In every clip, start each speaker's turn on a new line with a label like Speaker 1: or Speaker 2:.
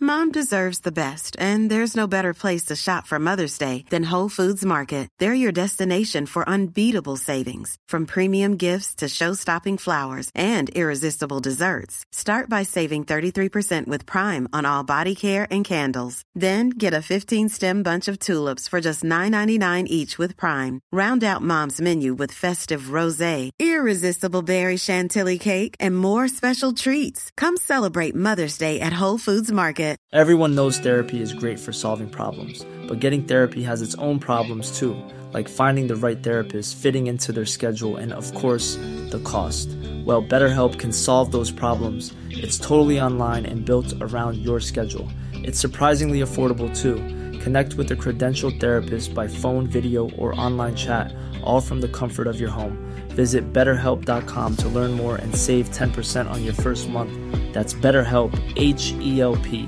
Speaker 1: Mom deserves the best, and there's no better place to shop for Mother's Day than Whole Foods Market. They're your destination for unbeatable savings, from premium gifts to show-stopping flowers and irresistible desserts. Start by saving 33% with Prime on all body care and candles. Then get a 15-stem bunch of tulips for just $9.99 each with Prime. Round out Mom's menu with festive rosé, irresistible berry chantilly cake, and more special treats. Come celebrate Mother's Day at Whole Foods Market.
Speaker 2: Everyone knows therapy is great for solving problems, but getting therapy has its own problems too, like finding the right therapist, fitting into their schedule, and of course, the cost. Well, BetterHelp can solve those problems. It's totally online and built around your schedule. It's surprisingly affordable too. Connect with a credentialed therapist by phone, video, or online chat, all from the comfort of your home. Visit BetterHelp.com to learn more and save 10% on your first month. That's BetterHelp, H-E-L-P.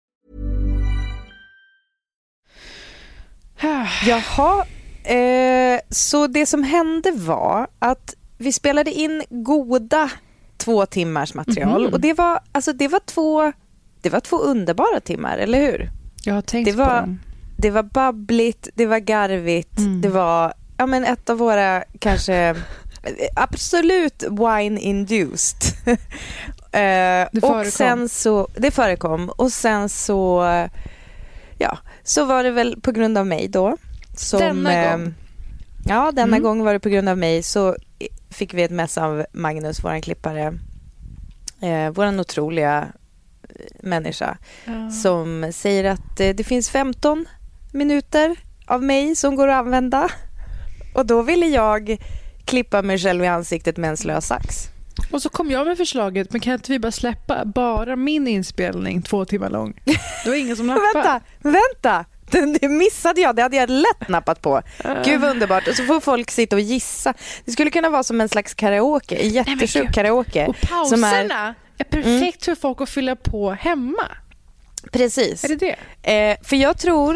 Speaker 3: Jaha, så det som hände var att vi spelade in goda 2 timmars material. Och det var två underbara timmar, eller hur?
Speaker 4: Jag har tänkt på dem.
Speaker 3: Det var babbligt, det var garvigt, det var ett av våra kanske absolut wine-induced. Och sen så, det förekom. Och sen så, så var det väl på grund av mig då.
Speaker 4: Denna gång?
Speaker 3: Ja, denna gång var det på grund av mig. Så fick vi ett mess av Magnus, våran klippare. Våran otroliga människa. Som säger att det finns 15 minuter av mig som går att använda. Och då ville jag klippa mig själv i ansiktet med en slösax.
Speaker 4: Och så kom jag med förslaget, men kan inte vi bara släppa bara min inspelning 2 timmar lång? Det var ingen som nappade.
Speaker 3: Vänta! Det missade jag, det hade jag lätt nappat på. Gud vad underbart. Och så får folk sitta och gissa. Det skulle kunna vara som en slags karaoke, en jättesjuk karaoke.
Speaker 4: Och pauserna är perfekt för folk att fylla på hemma.
Speaker 3: Precis.
Speaker 4: Är det?
Speaker 3: För jag tror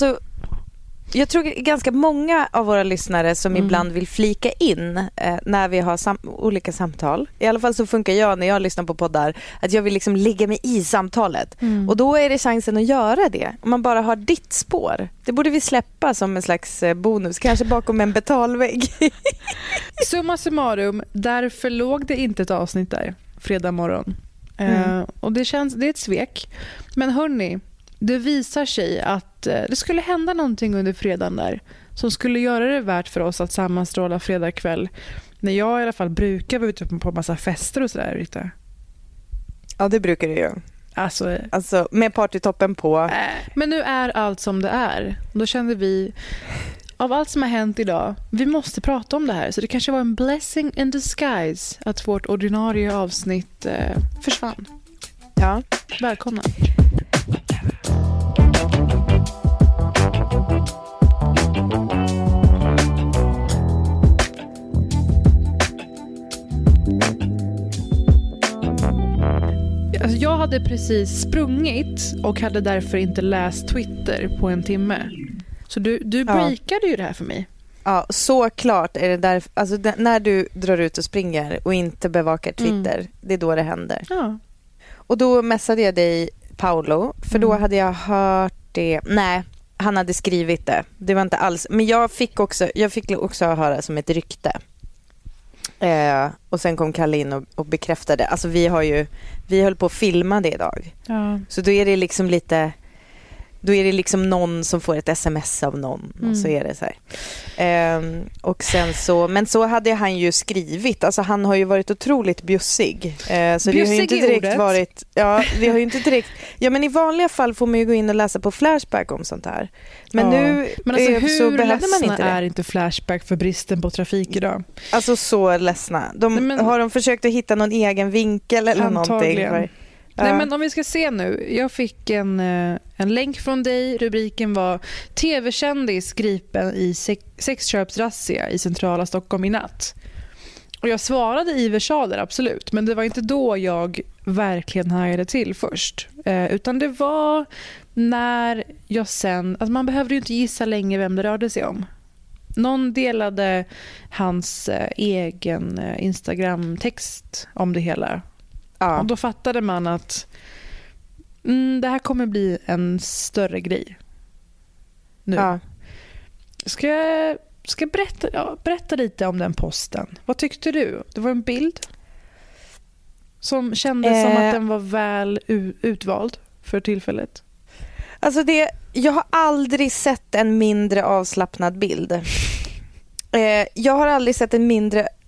Speaker 3: ganska många av våra lyssnare som ibland vill flika in när vi har olika samtal. I alla fall så funkar jag när jag lyssnar på poddar, att jag vill liksom lägga mig i samtalet. Och då är det chansen att göra det. Om man bara har ditt spår. Det borde vi släppa som en slags bonus, kanske bakom en betalvägg.
Speaker 4: Summa summarum, därför låg det inte ett avsnitt där fredag morgon. Och det är ett svek. Men hörni, det visar sig att det skulle hända någonting under fredagen där som skulle göra det värt för oss att sammanstråla fredag kväll. När jag i alla fall brukar vara ute på en massa fester och sådär, Rita.
Speaker 3: Ja, det brukar det ju. Alltså med partytoppen på.
Speaker 4: Men nu är allt som det är. Då kände vi, av allt som har hänt idag, vi måste prata om det här. Så det kanske var en blessing in disguise att vårt ordinarie avsnitt försvann.
Speaker 3: Ja,
Speaker 4: välkomna. Alltså jag hhade precis sprungit och hade därför inte läst Twitter på en timme. Så du breakade ju det här för mig.
Speaker 3: Ja, såklart är det där. Alltså när du drar ut och springer och inte bevakar Twitter, det är då det händer. Ja. Och då messade jag dig, Paolo, för då hade jag hört det. Nej, han hade skrivit det. Det var inte alls. Men jag fick också höra som ett rykte. Och sen kom Kalle in och bekräftade. Alltså vi höll på att filma det idag. Ja. Så då är det liksom lite, då är det liksom någon som får ett sms av någon och så är det så här. Och sen så, men så hade han ju skrivit, alltså han har ju varit otroligt bjussig. Så det har ju inte direkt varit, vi har ju inte direkt, men i vanliga fall får man ju gå in och läsa på Flashback om sånt här. Men nu
Speaker 4: men alltså, hur
Speaker 3: så behövde man inte det.
Speaker 4: Är inte Flashback för bristen på trafik idag?
Speaker 3: Alltså så ledsna. Har de försökt att hitta någon egen vinkel eller
Speaker 4: antagligen
Speaker 3: någonting?
Speaker 4: Nej, men om vi ska se nu. Jag fick en länk från dig. Rubriken var TV-kändis gripen i sexköpsrazzia i centrala Stockholm i natt. Och jag svarade i versaler, absolut. Men det var inte då jag verkligen hajade till först. Utan det var när jag sen... Alltså man behövde ju inte gissa länge vem det rörde sig om. Någon delade hans egen Instagram-text om det hela. Ja. Och då fattade man att Det här kommer bli en större grej nu.
Speaker 3: Ja.
Speaker 4: Ska jag berätta lite om den posten. Vad tyckte du? Det var en bild som kändes som att den var väl utvald för tillfället.
Speaker 3: Alltså jag har aldrig sett en mindre avslappnad bild. Jag har aldrig sett en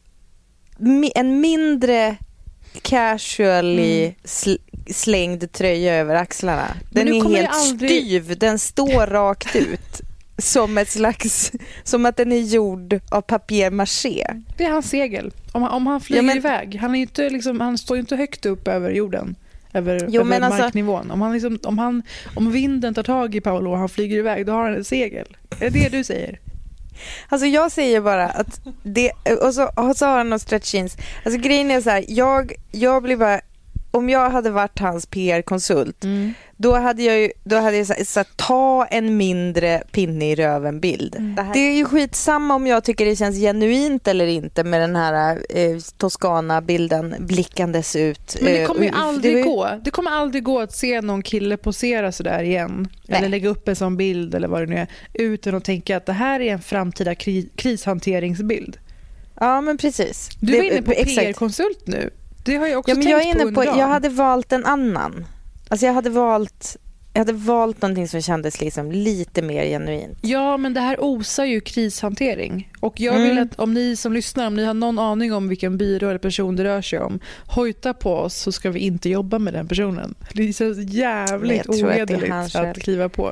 Speaker 3: mindre casually slängd tröja över axlarna. Den är helt styv. Den står rakt ut. Som att den är gjord av papier-maché.
Speaker 4: Det är hans segel. Om han flyger iväg. Han står ju inte högt upp över jorden. Över marknivån. Om vinden tar tag i Paolo och han flyger iväg, då har han ett segel. Är det du säger?
Speaker 3: Alltså jag säger bara att det, och så har han några stretch jeans. Alltså grejen är så här, jag blir bara, om jag hade varit hans PR-konsult, då hade jag sagt, ta en mindre pinne i röven bild. Det är ju skitsamma om jag tycker det känns genuint eller inte med den här Toscana-bilden blickandes ut.
Speaker 4: Men det kommer ju aldrig gå. Det kommer aldrig gå att se någon kille posera så där igen. Nej. Eller lägga upp en sån bild eller vad det nu är, utan att tänka att det här är en framtida krishanteringsbild.
Speaker 3: Ja, men precis.
Speaker 4: Du är inne på PR-konsult nu. Det har jag också tänkt
Speaker 3: jag är inne på. Jag hade valt en annan. Alltså jag hade valt någonting som kändes liksom lite mer genuint.
Speaker 4: Ja, men det här osar ju krishantering. Och jag vill att om ni som lyssnar, om ni har någon aning om vilken byrå eller person det rör sig om, hojta på oss så ska vi inte jobba med den personen. Det är så jävligt ohederligt att kliva på.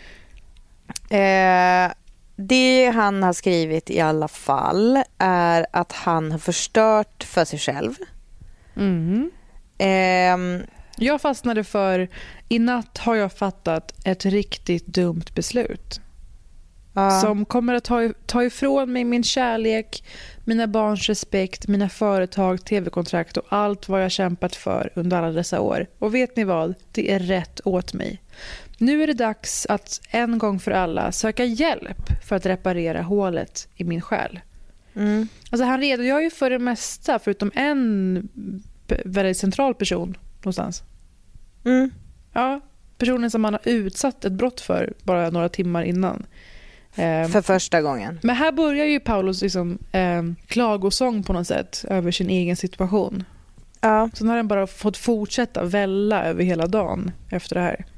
Speaker 3: Det han har skrivit i alla fall är att han har förstört för sig själv.
Speaker 4: Jag fastnade för, i natt har jag fattat ett riktigt dumt beslut. Som kommer att ta ifrån mig min kärlek, mina barns respekt, mina företag, tv-kontrakt och allt vad jag kämpat för under alla dessa år. Och vet ni vad? Det är rätt åt mig. Nu är det dags att en gång för alla söka hjälp för att reparera hålet i min själ. Alltså han redogör ju för det mesta förutom en väldigt central person någonstans. Ja, personen som man har utsatt ett brott för bara några timmar innan.
Speaker 3: För första gången.
Speaker 4: Men här börjar ju Paulos liksom, klagosång på något sätt över sin egen situation.
Speaker 3: Ja.
Speaker 4: Så har den bara fått fortsätta välla över hela dagen efter det här.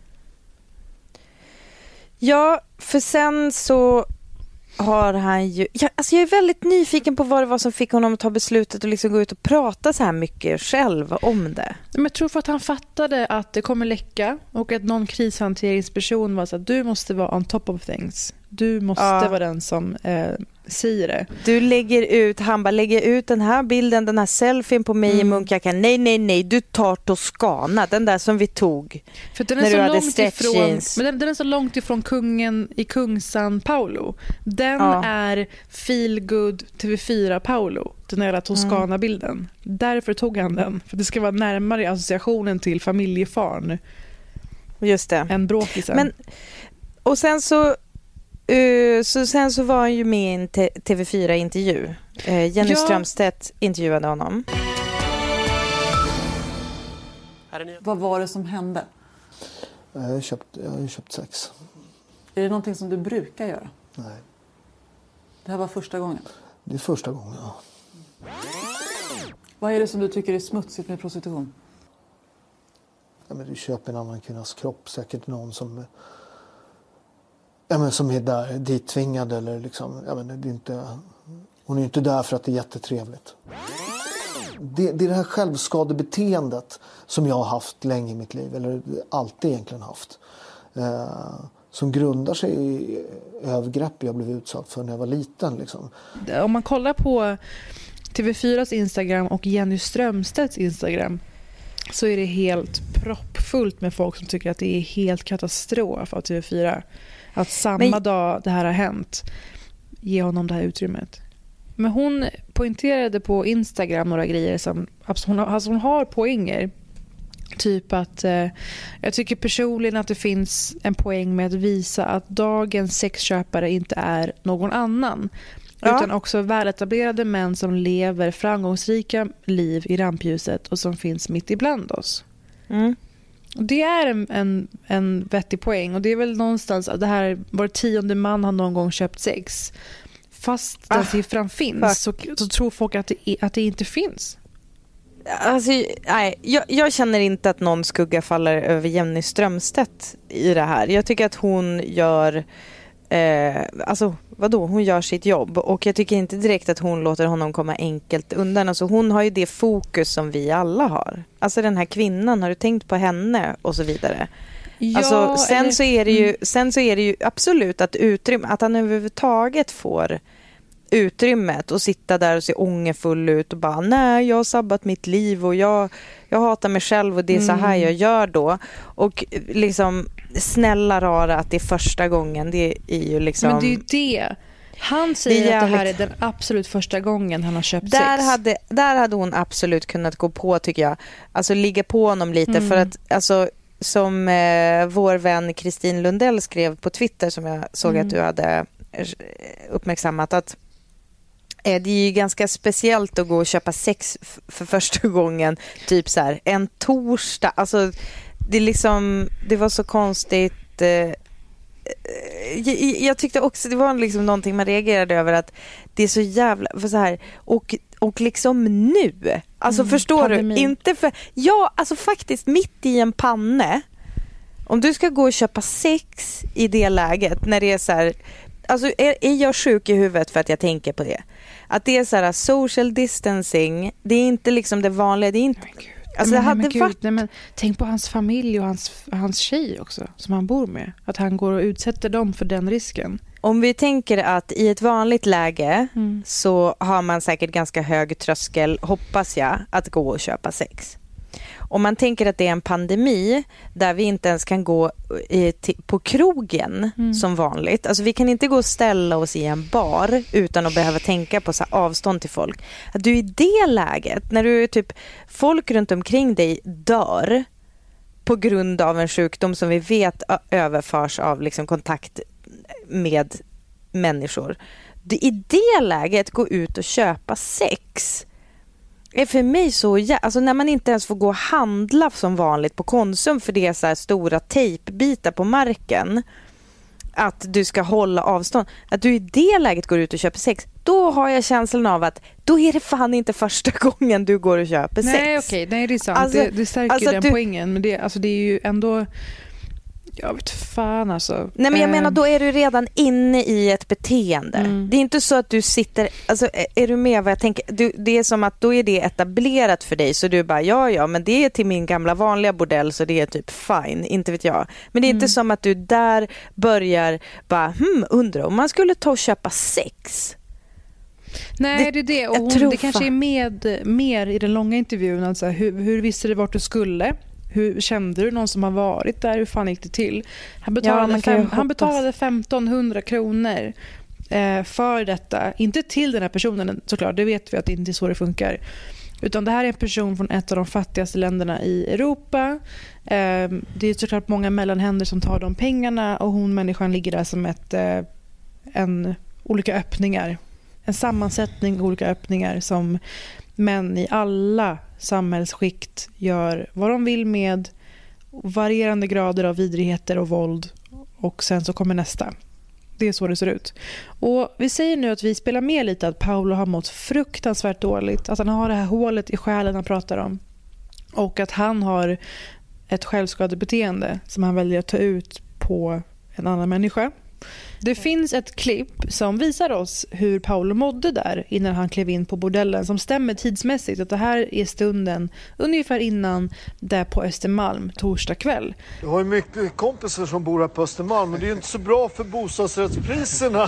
Speaker 3: Ja, för sen så har han ju... jag är väldigt nyfiken på vad det var som fick honom att ta beslutet och liksom gå ut och prata så här mycket själv om det.
Speaker 4: Men jag tror för att han fattade att det kommer läcka och att någon krishanteringsperson var så att du måste vara on top of things. Du måste vara den som säger det. Han bara lägger ut den här bilden, den här selfien på mig i munkjackan. Nej, du tar Toscana, den där som vi tog. För den är så långt ifrån, men den är så långt ifrån kungen i Kungsan Paolo. Den är feel good TV4 Paolo, den här Toscana-bilden. Därför tog han den, för det ska vara närmare associationen till familjefarn.
Speaker 3: Just det.
Speaker 4: En bråkisen.
Speaker 3: Men, och sen så var han ju med i en TV4-intervju. Jenny Strömstedt intervjuade honom.
Speaker 5: Vad var det som hände?
Speaker 6: Jag har köpt sex.
Speaker 5: Är det någonting som du brukar göra?
Speaker 6: Nej.
Speaker 5: Det här var första gången?
Speaker 6: Det är första gången, ja.
Speaker 5: Vad är det som du tycker är smutsigt med prostitution?
Speaker 6: Ja, men du köper en annan kvinnas kropp. Säkert någon som... som är där dittvingad eller liksom, det är inte, hon är inte där för att det är jättetrevligt. Det är det här självskadebeteendet som jag har haft länge i mitt liv, eller alltid egentligen haft, som grundar sig i övergrepp jag blev utsatt för när jag var liten. Liksom.
Speaker 4: Om man kollar på TV4s Instagram och Jenny Strömstedts Instagram så är det helt proppfullt med folk som tycker att det är helt katastrof av TV4. Att samma dag det här har hänt ge honom det här utrymmet. Men hon poängterade på Instagram några grejer som hon har poänger. Typ att jag tycker personligen att det finns en poäng med att visa att dagens sexköpare inte är någon annan. Utan också väletablerade män som lever framgångsrika liv i rampljuset och som finns mitt ibland oss. Det är en vettig poäng. Och det är väl någonstans att det här var 10:e man har någon gång köpt sex. Fast den siffran finns så tror folk att det inte finns.
Speaker 3: Alltså, nej, jag känner inte att någon skugga faller över Jenny Strömstedt i det här. Jag tycker att hon gör hon gör sitt jobb, och jag tycker inte direkt att hon låter honom komma enkelt undan. Alltså, hon har ju det fokus som vi alla har. Alltså den här kvinnan, har du tänkt på henne och så vidare. Ja, alltså, sen så är det ju absolut att han överhuvudtaget får utrymmet och sitta där och se ångerfull ut och bara, nej, jag har sabbat mitt liv och jag hatar mig själv och det är så här jag gör då. Och liksom, snälla rara att det är första gången, det är ju liksom... Men
Speaker 4: det är ju det. Han säger att det här är den absolut första gången han har köpt sex.
Speaker 3: Där hade hon absolut kunnat gå på, tycker jag. Alltså ligga på honom lite för att, alltså, som vår vän Kristin Lundell skrev på Twitter, som jag såg att du hade uppmärksammat, att det är ju ganska speciellt att gå och köpa sex för första gången typ så här en torsdag. Alltså det var så konstigt. Jag tyckte också det var liksom någonting man reagerade över, att det är så jävla för så här och liksom nu. Alltså förstår pandemi. Du? Inte för alltså faktiskt mitt i en panne. Om du ska gå och köpa sex i det läget när det är så här, alltså är jag sjuk i huvudet för att jag tänker på det? Att det är så här social distancing, det är inte liksom det vanliga, det är inte... Alltså
Speaker 4: men tänk på hans familj och hans tjej också som han bor med, att han går och utsätter dem för den risken.
Speaker 3: Om vi tänker att i ett vanligt läge så har man säkert ganska hög tröskel, hoppas jag, att gå och köpa sex. Om man tänker att det är en pandemi där vi inte ens kan gå på krogen som vanligt. Alltså vi kan inte gå och ställa oss i en bar utan att behöva tänka på så avstånd till folk. Att du i det läget, när du typ folk runt omkring dig dör på grund av en sjukdom som vi vet överförs av liksom kontakt med människor. I det läget gå ut och köpa sex är för mig så alltså när man inte ens får gå och handla som vanligt på Konsum för det är så här stora tejpbitar på marken, att du ska hålla avstånd, att du i det läget går ut och köper sex, då har jag känslan av att då är det fan inte första gången du går och köper sex.
Speaker 4: Nej, okej, nej, det är sant. Alltså, det stärker den poängen, men det är ju ändå, jag vet fan alltså.
Speaker 3: Nej, men jag menar, då är du redan inne i ett beteende. Det är inte så att du sitter, alltså är du med vad jag tänker? Det är som att då är det etablerat för dig, så du bara, ja, men det är till min gamla vanliga bordell, så det är typ fine, inte vet jag. Men det är inte som att du där börjar bara, undrar om man skulle ta och köpa sex.
Speaker 4: Nej, det är det. Och det kanske är mer i den långa intervjun, alltså hur visste du vart du skulle? Hur kände du någon som har varit där? Hur fan gick det till? Han betalade 1500 kronor för detta. Inte till den här personen såklart. Det vet vi att det inte är så det funkar. Utan det här är en person från ett av de fattigaste länderna i Europa. Det är såklart många mellanhänder som tar de pengarna. Och människan ligger där som olika öppningar. En sammansättning av olika öppningar som män i alla samhällsskikt gör vad de vill med, varierande grader av vidrigheter och våld, och sen så kommer nästa. Det är så det ser ut. Och vi säger nu att vi spelar med lite att Paolo har mått fruktansvärt dåligt, att han har det här hålet i själen han pratar om, och att han har ett självskadebeteende som han väljer att ta ut på en annan människa. Det finns ett klipp som visar oss hur Paolo mådde där innan han klev in på bordellen, som stämmer tidsmässigt, att det här är stunden ungefär innan där på Östermalm torsdag kväll.
Speaker 6: Jag har ju mycket kompisar som bor här på Östermalm, men det är ju inte så bra för bostadsrättspriserna.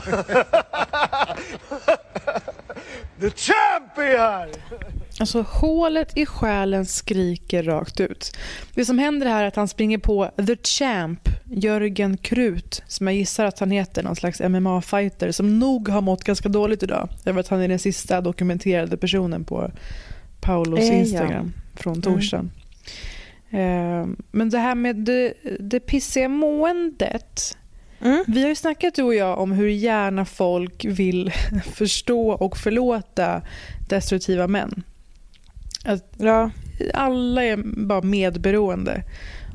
Speaker 6: The Champ är här!
Speaker 4: Alltså hålet i själen skriker rakt ut. Det som händer här är att han springer på The Champ, Jörgen Krut, som jag gissar att han heter, någon slags MMA-fighter som nog har mått ganska dåligt idag. Jag vet att han är den sista dokumenterade personen på Paolos Instagram från torsdagen. Men det här med det pissiga måendet. Vi har ju snackat, du och jag, om hur gärna folk vill förstå och förlåta destruktiva män. Att alla är bara medberoende.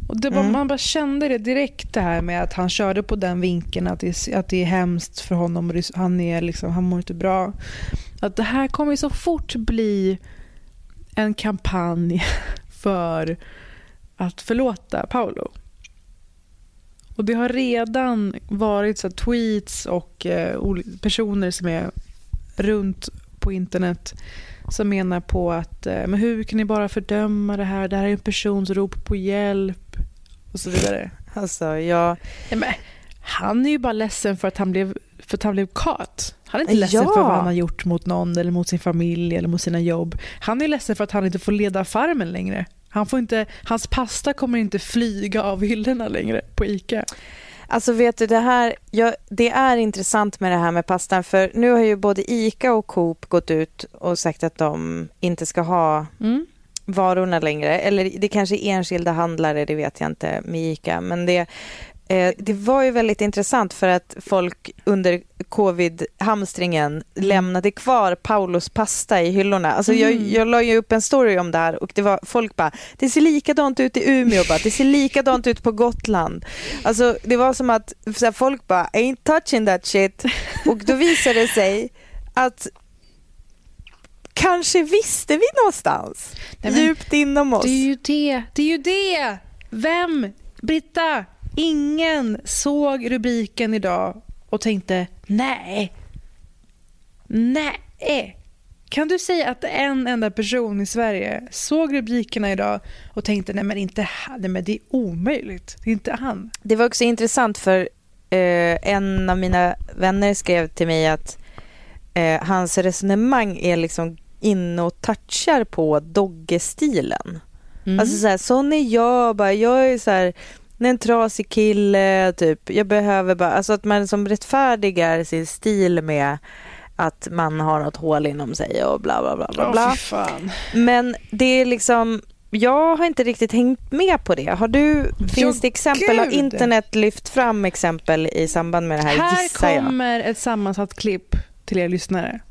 Speaker 4: Och det var, man bara kände det direkt, det här med att han körde på den vinkeln att det är hemskt för honom och han mår inte bra. Att det här kommer så fort bli en kampanj för att förlåta Paolo. Och det har redan varit så tweets och personer som är runt på internet som menar på att men hur kan ni bara fördöma det här? Det här är en person som ropar på hjälp och så vidare.
Speaker 3: Alltså, ja,
Speaker 4: men han är ju bara ledsen för att han blev caught. Han är inte ledsen för vad han har gjort mot någon eller mot sin familj eller mot sina jobb. Han är ledsen för att han inte får leda farmen längre. Hans pasta kommer inte flyga av hyllorna längre på ICA.
Speaker 3: Alltså vet du, det är intressant med det här med pastan, för nu har ju både ICA och Coop gått ut och sagt att de inte ska ha varorna längre. Eller det kanske är enskilda handlare, det vet jag inte med ICA. Men det var ju väldigt intressant för att folk under covid-hamstringen lämnade kvar Paulos pasta i hyllorna. Alltså jag la ju upp en story om det här och det var folk bara, det ser likadant ut i Umeå, det ser likadant ut på Gotland. Alltså det var som att så här, folk bara, ain't touching that shit. Och då visade det sig att kanske visste vi någonstans. Nej, djupt inom oss.
Speaker 4: Det är ju det. Vem? Britta? Ingen såg rubriken idag och tänkte nej. Kan du säga att en enda person i Sverige såg rubrikerna idag och tänkte nej men inte han, men det är omöjligt, det är inte han.
Speaker 3: Det var också intressant för en av mina vänner skrev till mig att hans resonemang är liksom in och touchar på doggestilen. Alltså så här, sån är jag är så här en trasig kille typ. Jag behöver bara, alltså att man som rättfärdigar sin stil med att man har något hål inom sig och bla bla bla bla bla.
Speaker 4: Fan.
Speaker 3: Men det är liksom, jag har inte riktigt hängt med på det. Finns det exempel, har internet lyft fram exempel i samband med det här?
Speaker 4: Här kommer ett sammansatt klipp till er lyssnare.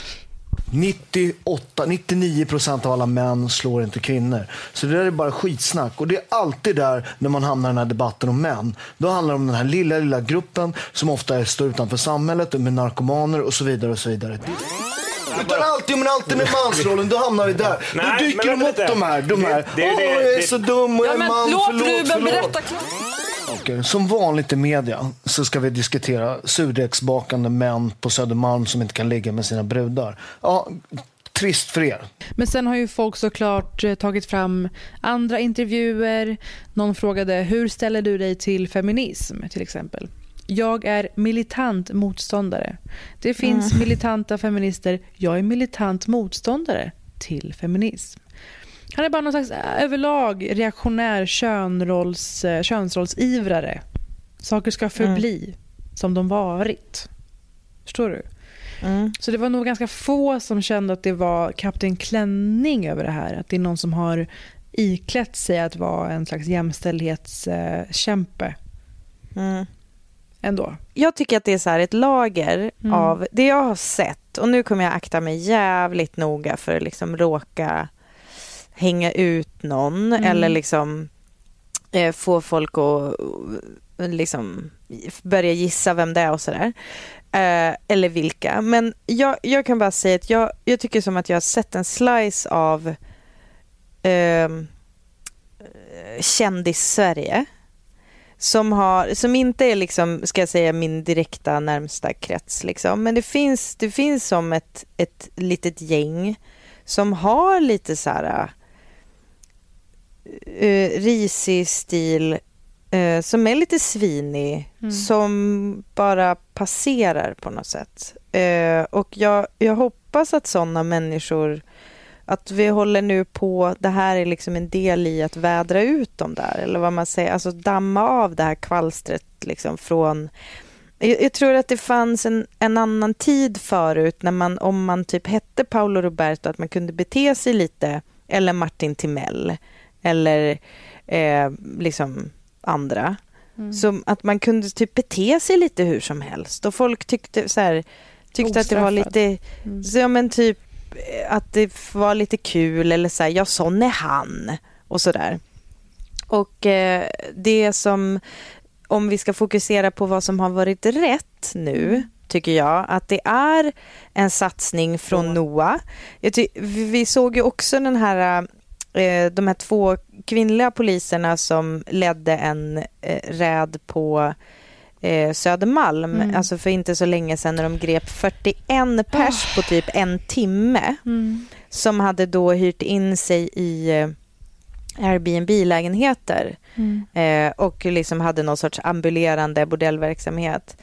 Speaker 6: 99% av alla män slår inte kvinnor. Så det där är bara skitsnack. Och det är alltid där när man hamnar i den här debatten om män. Då handlar det om den här lilla gruppen som ofta står utanför samhället med narkomaner och så vidare och så vidare. Utan alltid med mansrollen, då hamnar vi där.
Speaker 7: Nej,
Speaker 6: då dyker de upp de här. Jag är så dum och jag är man, förlåt. Som vanligt i media så ska vi diskutera surdegsbakande män på Södermalm som inte kan ligga med sina brudar. Ja, trist för er.
Speaker 4: Men sen har ju folk såklart tagit fram andra intervjuer. Någon frågade, hur ställer du dig till feminism till exempel? Jag är militant motståndare. Det finns militanta feminister. Jag är militant motståndare till feminism. Han är bara någon slags överlag reaktionär könsrollsivrare. Saker ska förbli som de varit. Förstår du? Så det var nog ganska få som kände att det var Kapten Klänning över det här. Att det är någon som har iklätt sig att vara en slags jämställdhetskämpe. Ändå. Jag tycker att det är så här ett lager av det jag har sett. Och nu kommer jag akta mig jävligt noga för att liksom råka hänga ut någon eller liksom få folk att liksom börja gissa vem det är och sådär. Eller vilka. Men jag kan bara säga att jag tycker som att jag har sett en slice av kändis-Sverige som inte är liksom, ska jag säga, min direkta närmsta krets liksom. Men det finns som ett litet gäng som har lite så här risig stil, som är lite svinig, som bara passerar på något sätt. Och jag hoppas att sådana människor, att vi håller nu på, det här är liksom en del i att vädra ut dem där, eller vad man säger, alltså damma av det här kvalstret liksom från. Jag tror att det fanns en annan tid förut när om man typ hette Paolo Roberto, att man kunde bete sig lite, eller Martin Timell eller liksom andra. Så att man kunde typ bete sig lite hur som helst. Och folk tyckte att det var lite så, men typ att det var lite kul, eller så här, ja, sån är han och sådär.
Speaker 3: Och det som, om vi ska fokusera på vad som har varit rätt nu, tycker jag att det är en satsning från NOA. Vi såg ju också de här 2 kvinnliga poliserna som ledde en räd på Södermalm, alltså för inte så länge sedan, när de grep 41 pers på typ en timme som hade då hyrt in sig i Airbnb-lägenheter och liksom hade någon sorts ambulerande bordellverksamhet.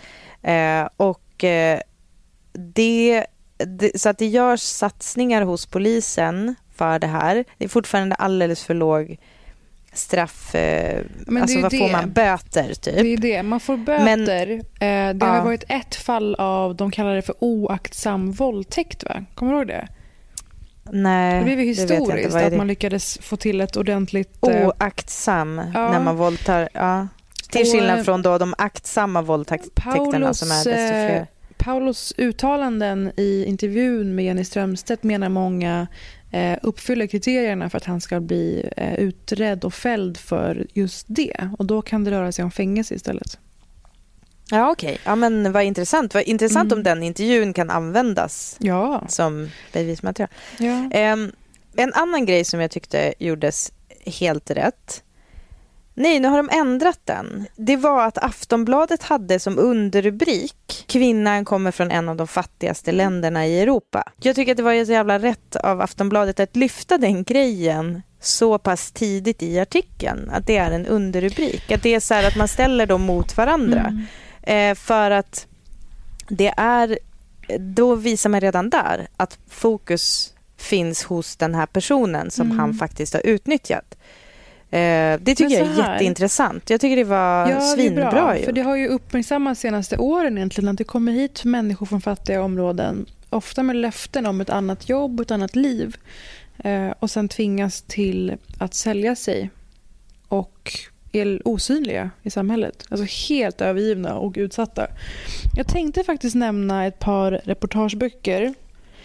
Speaker 3: Så att det görs satsningar hos polisen för det här. Det är fortfarande alldeles för låg straff. Alltså vad får man? Böter typ.
Speaker 4: Det är det. Man får böter. Det har varit ett fall av, de kallar det för oaktsam våldtäkt, va? Kommer du ihåg det?
Speaker 3: Nej,
Speaker 4: det blev ju historiskt
Speaker 3: det vet jag inte,
Speaker 4: att man lyckades få till ett ordentligt...
Speaker 3: Oaktsam när man våldtar. Ja. Till skillnad från då de aktsamma våldtäkterna som är desto fler.
Speaker 4: Paulos uttalanden i intervjun med Jenny Strömstedt menar många uppfyller kriterierna för att han ska bli utredd och fälld för just det. Och då kan det röra sig om fängelse istället.
Speaker 3: Ja, okej. Ja, men vad intressant. Vad intressant om den intervjun kan användas som bevismaterial. Ja. En annan grej som jag tyckte gjordes helt rätt. Nej, nu har de ändrat den. Det var att Aftonbladet hade som underrubrik: kvinnan kommer från en av de fattigaste länderna i Europa. Jag tycker att det var så jävla rätt av Aftonbladet att lyfta den grejen så pass tidigt i artikeln. Att det är en underrubrik. Att det är så här att man ställer dem mot varandra. För att det är... Då visar man redan där att fokus finns hos den här personen som han faktiskt har utnyttjat. Det tycker jag är jätteintressant. Jag tycker det var svinbra.
Speaker 4: Det är bra, för det har ju uppmärksammats senaste åren egentligen att det kommer hit människor från fattiga områden, ofta med löften om ett annat jobb, ett annat liv, och sen tvingas till att sälja sig och är osynliga i samhället. Alltså helt övergivna och utsatta. Jag tänkte faktiskt nämna ett par reportageböcker.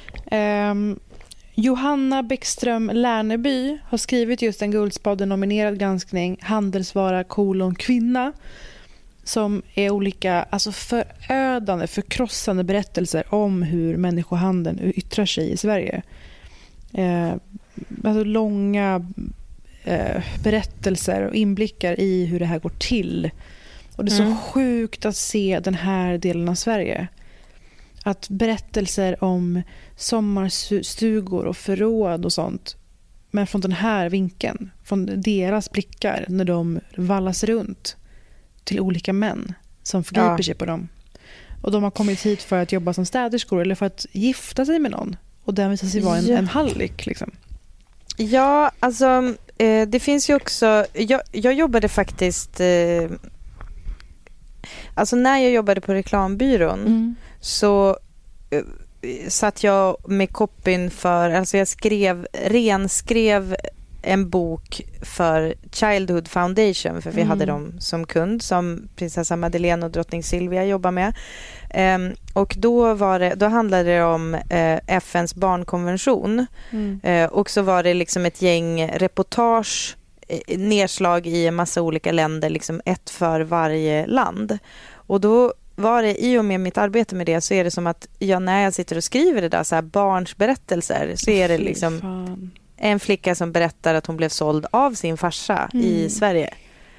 Speaker 4: Johanna Bäckström Lärneby har skrivit just en Guldspaden-nominerad granskning, Handelsvara : kvinna, som är olika, alltså förödande, förkrossande berättelser om hur människohandeln yttrar sig i Sverige. Alltså långa berättelser och inblickar i hur det här går till. Och det är så sjukt att se den här delen av Sverige. Att berättelser om sommarstugor och förråd och sånt, men från den här vinkeln, från deras blickar när de vallas runt till olika män som förgriper sig på dem. Och de har kommit hit för att jobba som städerskor eller för att gifta sig med någon. Och den visar sig vara en hallick liksom.
Speaker 3: Ja, alltså det finns ju också... Jag jobbade faktiskt... Alltså när jag jobbade på reklambyrån så satt jag med copyn för... Alltså jag renskrev en bok för Childhood Foundation, för vi hade dem som kund, som prinsessa Madeleine och drottning Silvia jobbar med. Och då handlade det om FNs barnkonvention. Och så var det liksom ett gäng reportage, nedslag i en massa olika länder, liksom ett för varje land. Och då var det, i och med mitt arbete med det, så är det som att när jag sitter och skriver det där, så här barns berättelser, så är det liksom en flicka som berättar att hon blev såld av sin farsa i Sverige.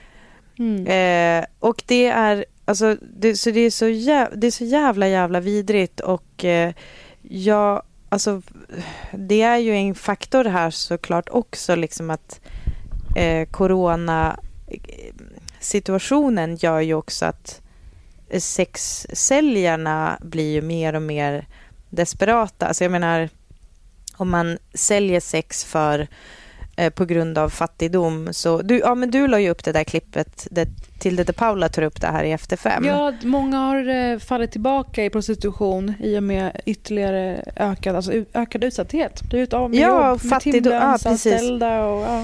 Speaker 3: Och det är alltså det är så jävla vidrigt, och alltså det är ju en faktor här såklart också, liksom att corona situationen gör ju också att sexsäljarna blir ju mer och mer desperata. Alltså jag menar, om man säljer sex på grund av fattigdom, så du la ju upp det där klippet till det Paula tar upp det här i Efter 5.
Speaker 4: Ja, många har fallit tillbaka i prostitution i och med ytterligare ökad utsatthet. Det är ett av med jobb, med timlönsanställda och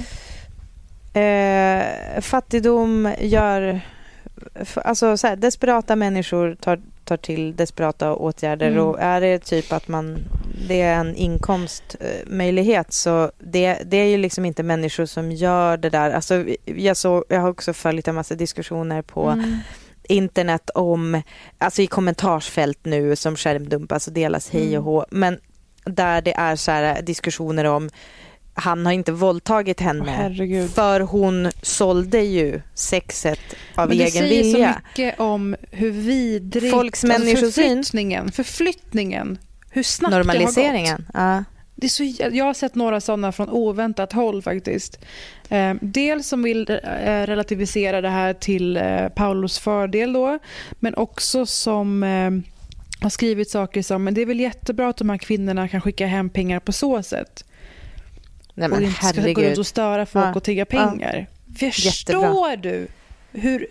Speaker 3: fattigdom gör, alltså så här, desperata människor tar till desperata åtgärder, och är det typ att man det är en inkomstmöjlighet, så det är ju liksom inte människor som gör det där. Alltså, jag har också följt en massa diskussioner på internet om, alltså i kommentarsfält nu som skärmdumpas och delas hej och hå, men där det är så här diskussioner om han har inte våldtagit henne för hon sålde ju sexet av egen vilja. Men det säger så
Speaker 4: mycket om hur vidrigt
Speaker 3: folks människosyn,
Speaker 4: förflyttningen, hur snabbt
Speaker 3: normaliseringen.
Speaker 4: Det har gått. Det är så, jag har sett några sådana från oväntat håll faktiskt. Dels som vill relativisera det här till Paulos fördel då, men också som har skrivit saker som, men det är väl jättebra att de här kvinnorna kan skicka hem pengar på så sätt. Nej, men och inte ska gå ut och störa folk och tigga pengar. Förstår du hur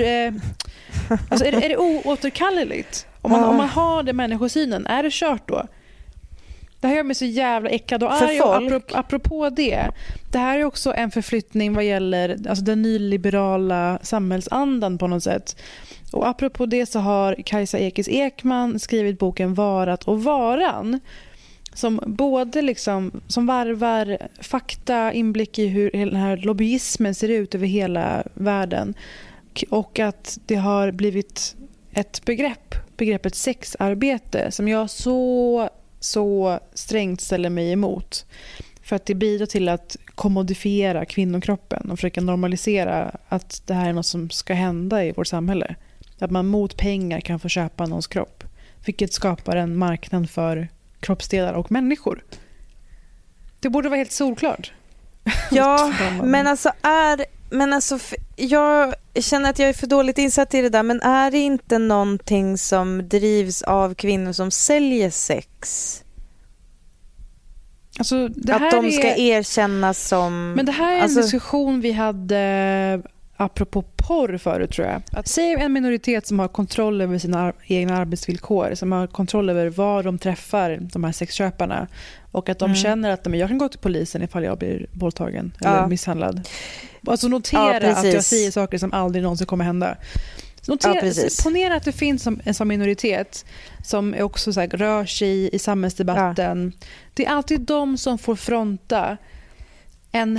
Speaker 4: alltså är det oåterkalleligt? Om man har det människosynen, är det kört då? Det här gör mig så jävla äckad och arg. Apropå det här är också en förflyttning vad gäller alltså den nyliberala samhällsandan på något sätt. Och apropå det så har Kajsa Ekis Ekman skrivit boken Varat och varan, som både liksom, som varvar fakta, inblick i hur den här lobbyismen ser ut över hela världen, och att det har blivit ett begreppet sexarbete, som jag så strängt ställer mig emot, för att det bidrar till att kommodifiera kvinnokroppen och försöka normalisera att det här är något som ska hända i vårt samhälle. Att man mot pengar kan få köpa någons kropp, vilket skapar en marknad för kroppsdelar och människor. Det borde vara helt solklart.
Speaker 3: Ja, men alltså jag känner att jag är för dåligt insatt i det där, men är det inte någonting som drivs av kvinnor som säljer sex?
Speaker 4: Alltså,
Speaker 3: att de ska erkännas som...
Speaker 4: Men det här är en diskussion vi hade apropå porr förut, tror jag. Att säga en minoritet som har kontroll över sina egna arbetsvillkor, som har kontroll över var de träffar de här sexköparna, och att de känner att jag kan gå till polisen ifall jag blir våldtagen eller misshandlad. Alltså notera att jag säger saker som aldrig någonsin kommer hända. Ponera att det finns en sån minoritet som också så här, rör sig i samhällsdebatten. Det är alltid de som får fronta en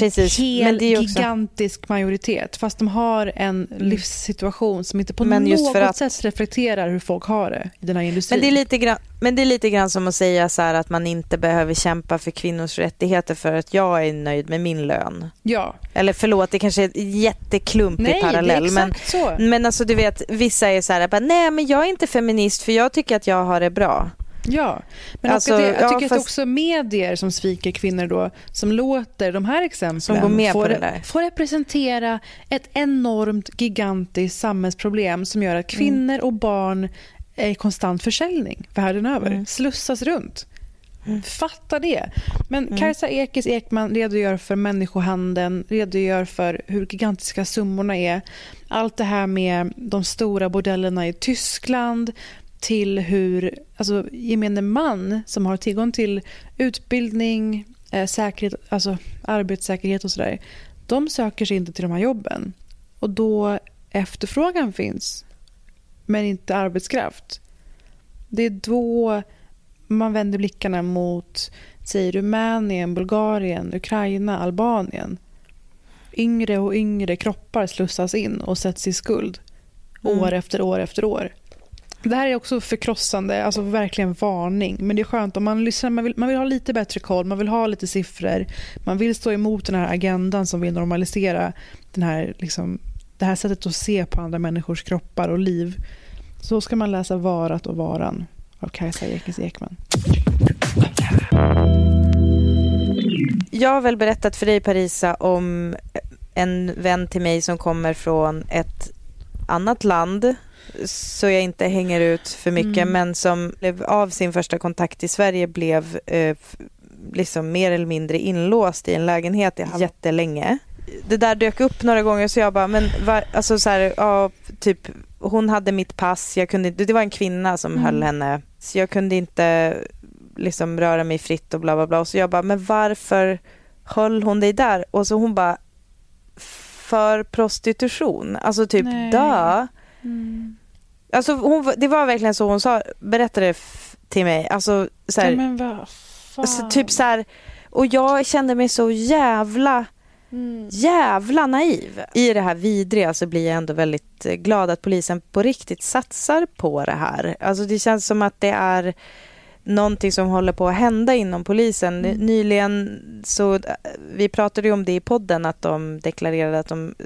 Speaker 4: gigantisk majoritet, fast de har en livssituation som inte på något sätt reflekterar hur folk har det i den här industrin.
Speaker 3: Men det är lite grann som att säga så här, att man inte behöver kämpa för kvinnors rättigheter för att jag är nöjd med min lön. Ja. Eller förlåt, det kanske är en jätteklumpig parallell. Men alltså du vet, vissa är så här, nej men jag är inte feminist för jag tycker att jag har det bra.
Speaker 4: Ja, men alltså, jag tycker att också medier som sviker kvinnor då, som låter de här exemplen får representera ett enormt gigantiskt samhällsproblem som gör att kvinnor och barn är i konstant försäljning världen över, slussas runt. Fatta det. Men Kajsa Ekis Ekman redogör för människohandeln, redogör för hur gigantiska summorna är. Allt det här med de stora bordellerna i Tyskland, till hur alltså gemene man som har tillgång till utbildning, säkerhet, alltså arbetssäkerhet och sådär, de söker sig inte till de här jobben. Och då efterfrågan finns men inte arbetskraft. Det är då man vänder blickarna mot, säg, Rumänien, Bulgarien, Ukraina, Albanien. Yngre och yngre kroppar slussas in och sätts i skuld år efter år efter år. Det här är också förkrossande, alltså verkligen varning. Men det är skönt om man lyssnar, man vill ha lite bättre koll, man vill ha lite siffror, man vill stå emot den här agendan som vill normalisera den här, liksom, det här sättet att se på andra människors kroppar och liv. Så ska man läsa Varat och varan av Kajsa Ekis Ekman.
Speaker 3: Jag har väl berättat för dig, Parisa, om en vän till mig som kommer från ett annat land, så jag inte hänger ut för mycket, men som av sin första kontakt i Sverige blev liksom mer eller mindre inlåst i en lägenhet jättelänge. Det där dök upp några gånger, så jag bara, alltså så här, ja, typ, hon hade mitt pass, det var en kvinna som höll henne, så jag kunde inte liksom röra mig fritt och bla bla bla, och så jag bara, men varför höll hon dig där? Och så hon bara, för prostitution, alltså typ dö. Alltså det var verkligen så hon berättade till mig. Alltså så här,
Speaker 4: ja, men vad fan.
Speaker 3: Så, typ så här, och jag kände mig så jävla naiv. I det här vidriga så blir jag ändå väldigt glad att polisen på riktigt satsar på det här. Alltså det känns som att det är någonting som håller på att hända inom polisen. Nyligen så vi pratade ju om det i podden, att de deklarerade att de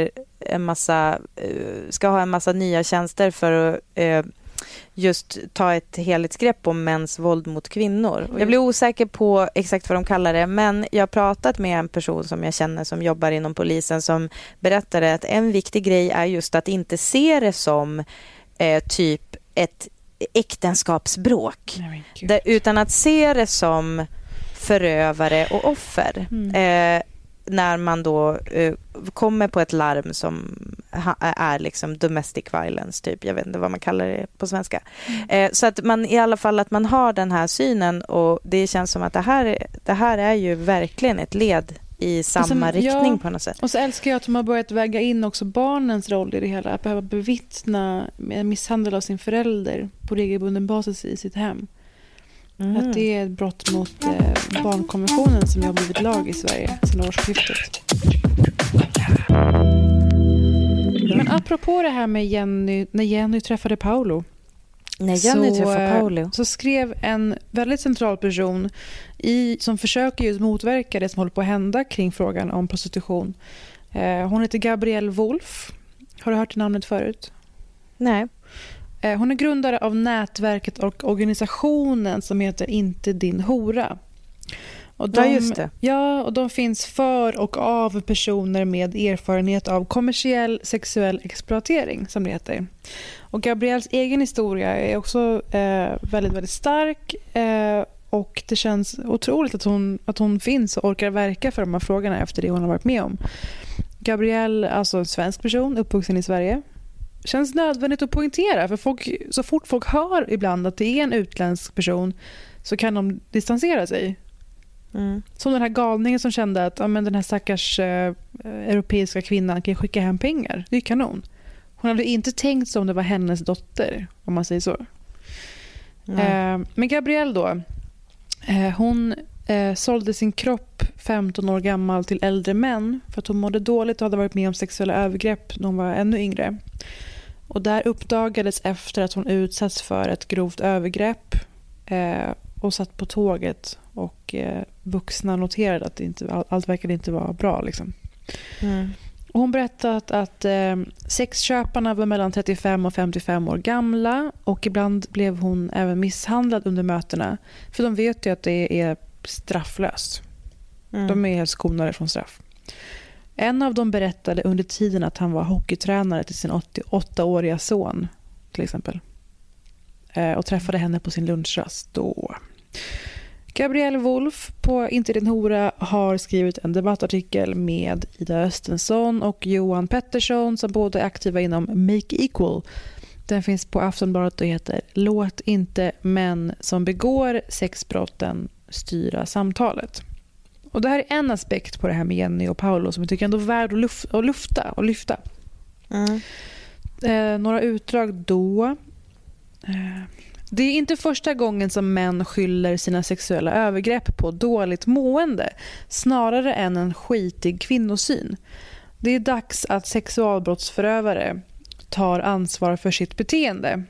Speaker 3: ska ha en massa nya tjänster för att just ta ett helhetsgrepp om mäns våld mot kvinnor. Jag blir osäker på exakt vad de kallar det, men jag har pratat med en person som jag känner som jobbar inom polisen som berättade att en viktig grej är just att inte se det som typ ett äktenskapsbråk, utan att se det som förövare och offer. När man då kommer på ett larm som är liksom domestic violence typ, jag vet inte vad man kallar det på svenska. Så att man i alla fall att man har den här synen, och det känns som att det här är ju verkligen ett led i samma riktning på något sätt. Och
Speaker 4: så älskar jag att de har börjat väga in också barnens roll i det hela, att behöva bevittna misshandel av sin förälder på regelbunden basis i sitt hem. Att det är ett brott mot barnkonventionen som har blivit lag i Sverige sedan årsskiftet. Men apropå det här med Jenny, när Jenny träffade Paolo. Så skrev en väldigt central person som försöker just motverka det som håller på att hända kring frågan om prostitution. Hon heter Gabrielle Wolf. Har du hört namnet förut?
Speaker 3: Nej.
Speaker 4: Hon är grundare av nätverket och organisationen som heter Inte din hora. Och
Speaker 3: just det.
Speaker 4: Ja, och de finns för och av personer med erfarenhet av kommersiell sexuell exploatering, som det heter. Och Gabrielles egen historia är också väldigt, väldigt stark, och det känns otroligt att hon finns och orkar verka för de här frågorna efter det hon har varit med om. Gabrielle, alltså en svensk person, uppvuxen i Sverige. Känns nödvändigt att poängtera, för så fort folk hör ibland att det är en utländsk person så kan de distansera sig. Som den här galningen som kände att den här stackars europeiska kvinnan kan skicka hem pengar. Det är kanon. Hon hade inte tänkt som det var hennes dotter, om man säger så. Men Gabrielle då, hon sålde sin kropp 15 år gammal till äldre män för att hon mådde dåligt och hade varit med om sexuella övergrepp när hon var ännu yngre. Och där uppdagades efter att hon utsatts för ett grovt övergrepp och satt på tåget, och vuxna noterade att allt verkade inte vara bra liksom. Och hon berättade att sexköparna var mellan 35 och 55 år gamla, och ibland blev hon även misshandlad under mötena, för de vet ju att det är strafflöst. De är helt skonade från straff. En av dem berättade under tiden att han var hockeytränare till sin 88-åriga son till exempel, och träffade henne på sin lunchrast då. Gabrielle Wolf på Inte din hora har skrivit en debattartikel med Ida Östensson och Johan Pettersson som båda är aktiva inom Make Equal. Den finns på Aftonbladet och heter Låt inte män som begår sexbrotten styra samtalet. Och det här är en aspekt på det här med Jenny och Paolo som jag tycker ändå är värd att lyfta. Några utdrag då. Det är inte första gången som män skyller sina sexuella övergrepp på dåligt mående, snarare än en skitig kvinnosyn. Det är dags att sexualbrottsförövare tar ansvar för sitt beteende.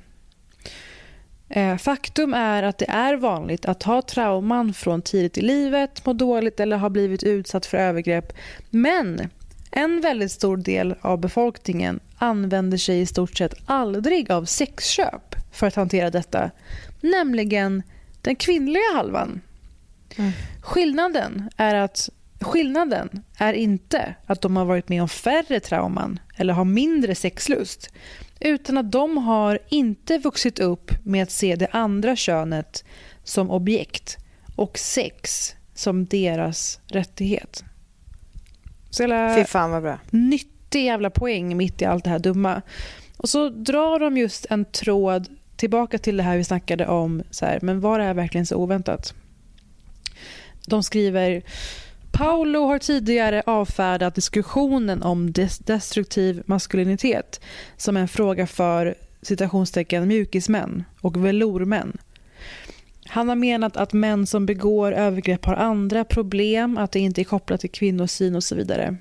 Speaker 4: Faktum är att det är vanligt att ha trauman från tidigt i livet, må dåligt eller ha blivit utsatt för övergrepp. Men en väldigt stor del av befolkningen använder sig i stort sett aldrig av sexköp för att hantera detta, nämligen den kvinnliga halvan. Skillnaden är inte att de har varit med om färre trauman eller har mindre sexlust, utan att de har inte vuxit upp med att se det andra könet som objekt och sex som deras rättighet. Så
Speaker 3: fy fan vad bra.
Speaker 4: Nyttig jävla poäng mitt i allt det här dumma. Och så drar de just en tråd tillbaka till det här vi snackade om, så här, men var det här verkligen så oväntat? De skriver: Paolo har tidigare avfärdat diskussionen om destruktiv maskulinitet som en fråga för citationstecken mjukismän och velourmän. Han har menat att män som begår övergrepp har andra problem, att det inte är kopplat till kvinnosyn och så vidare.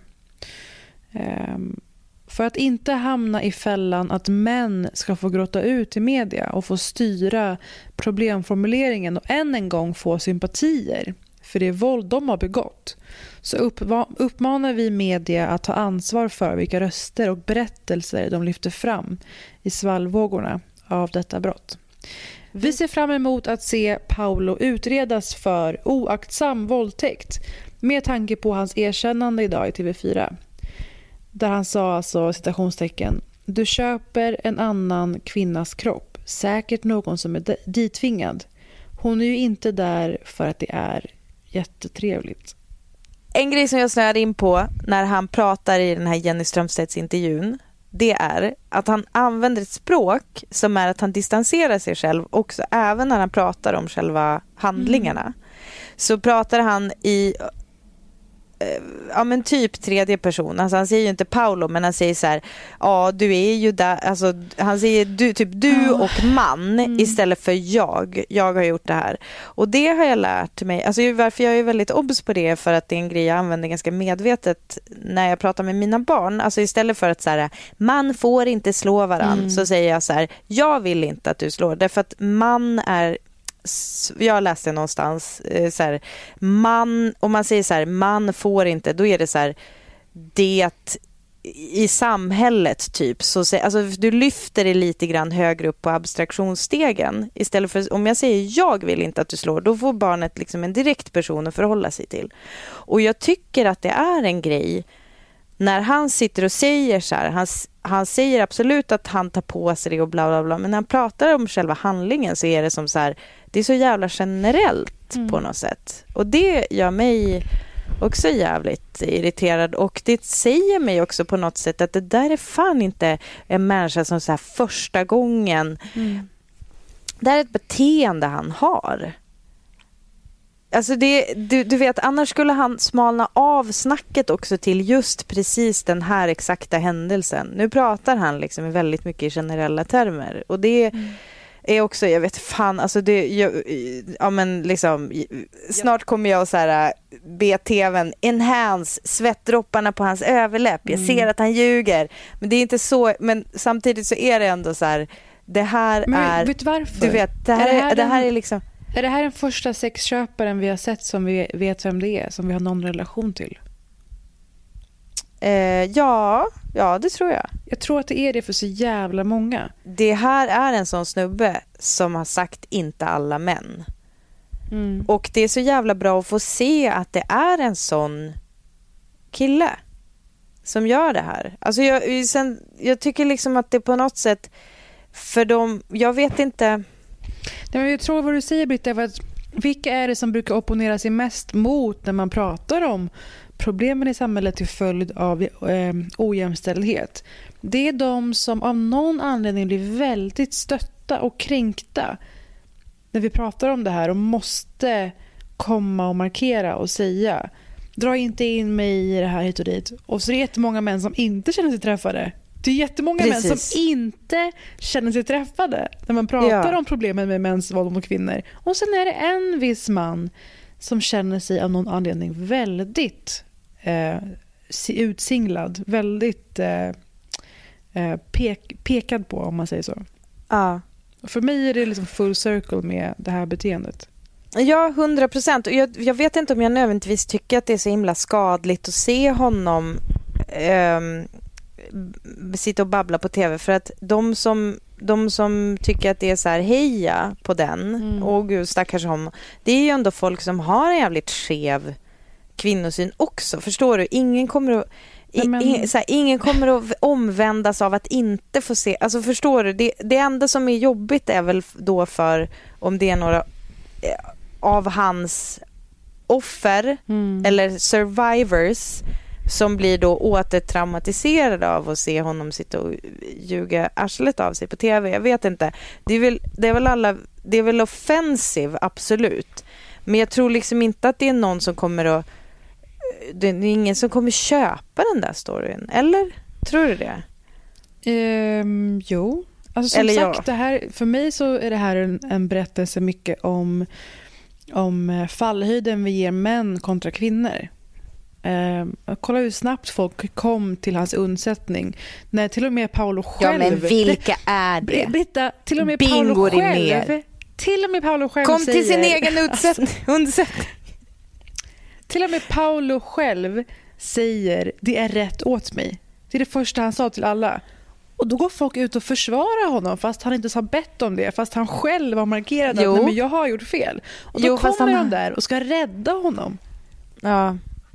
Speaker 4: För att inte hamna i fällan att män ska få gråta ut i media och få styra problemformuleringen och än en gång få sympatier för det våld de har begått, så uppmanar vi media att ta ansvar för vilka röster och berättelser de lyfter fram i svallvågorna av detta brott. Vi ser fram emot att se Paolo utredas för oaktsam våldtäkt med tanke på hans erkännande idag i TV4. Där han sa alltså, citationstecken, du köper en annan kvinnas kropp, säkert någon som är ditvingad. Hon är ju inte där för att det är jättetrevligt.
Speaker 3: En grej som jag snöade in på när han pratar i den här Jenny Strömstedts intervjun, det är att han använder ett språk som är att han distanserar sig själv också, även när han pratar om själva handlingarna. Så pratar han i men typ tredje person. Alltså han säger ju inte Paolo, men han säger så här: ja, du är ju där, alltså han säger du och man istället för jag har gjort det här. Och det har jag lärt mig, alltså varför jag är väldigt obs på det, för att det är en grej jag använder ganska medvetet när jag pratar med mina barn. Alltså istället för att så här, man får inte slå varann, så säger jag så här: jag vill inte att du slår, därför att man är, jag läste någonstans så här, man, om man säger så här, man får inte, då är det så här, det i samhället typ, så alltså du lyfter det lite grann högre upp på abstraktionsstegen, istället för om jag säger jag vill inte att du slår, då får barnet liksom en direkt person att förhålla sig till. Och jag tycker att det är en grej när han sitter och säger så här, han säger absolut att han tar på sig det och bla bla bla, men när han pratar om själva handlingen så är det som så här, det är så jävla generellt på något sätt. Och det gör mig också jävligt irriterad, och det säger mig också på något sätt att det där är fan inte en människa som så här första gången. Det är ett beteende han har. Alltså du vet, annars skulle han smalna av snacket också till just precis den här exakta händelsen. Nu pratar han liksom väldigt mycket i generella termer, och det är också, jag vet fan, alltså men liksom snart kommer jag så här be tvn enhance svettdropparna på hans överläpp. Jag ser att han ljuger, men det är inte så, men samtidigt så är det ändå så här, det här men, är,
Speaker 4: vet du varför?
Speaker 3: Du vet, det här är liksom.
Speaker 4: Är det här den första sexköparen vi har sett som vi vet vem det är, som vi har någon relation till?
Speaker 3: Ja, det tror jag.
Speaker 4: Jag tror att det är det för så jävla många.
Speaker 3: Det här är en sån snubbe som har sagt inte alla män. Och det är så jävla bra att få se att det är en sån kille som gör det här. Alltså jag tycker liksom att det på något sätt för dem, jag vet inte.
Speaker 4: Nej, men jag tror vad du säger, Britta, för att vilka är det som brukar opponera sig mest mot när man pratar om problemen i samhället till följd av ojämställdhet? Det är de som av någon anledning blir väldigt stötta och kränkta när vi pratar om det här och måste komma och markera och säga, dra inte in mig i det här hit och dit. Och så är det jättemånga män som inte känner sig träffade. Det är jättemånga män som inte känner sig träffade när man pratar om problemen med mäns våld mot kvinnor. Och sen är det en viss man som känner sig av någon anledning väldigt utsinglad, väldigt pekad på, om man säger så.
Speaker 3: Ja.
Speaker 4: För mig är det liksom full circle med det här beteendet.
Speaker 3: Ja, 100%. Och jag vet inte om jag nödvändigtvis tycker att det är så himla skadligt att se honom sitta och babbla på tv, för att de som tycker att det är så här heja på den och gud stackars honom, det är ju ändå folk som har en jävligt skev kvinnosyn också, förstår du? Ingen kommer att omvändas av att inte få se, alltså förstår du? Det enda som är jobbigt är väl då för om det är några av hans offer eller survivors som blir då återtraumatiserade av att se honom sitta och ljuga arslet av sig på tv. Jag vet inte. Det är väl offensiv, absolut. Men jag tror liksom inte att det är någon som kommer att, det är ingen som kommer köpa den där storyn. Eller? Tror du det?
Speaker 4: Jo. Alltså som sagt, det här, för mig så är det här en berättelse mycket om fallhöjden vi ger män kontra kvinnor. Kolla hur snabbt folk kom till hans undsättning. När till och med Paolo själv...
Speaker 3: Ja, men vilka är det?
Speaker 4: Britta, till och med Paolo själv... Till och med Paolo själv
Speaker 3: kom
Speaker 4: säger...
Speaker 3: till sin egen undsättning.
Speaker 4: Till och med Paolo själv säger det är rätt åt mig. Det är det första han sa till alla. Och då går folk ut och försvarar honom fast han inte har bett om det. Fast han själv har markerat att nej, men jag har gjort fel. Och då kommer de där och ska rädda honom.
Speaker 3: Ja.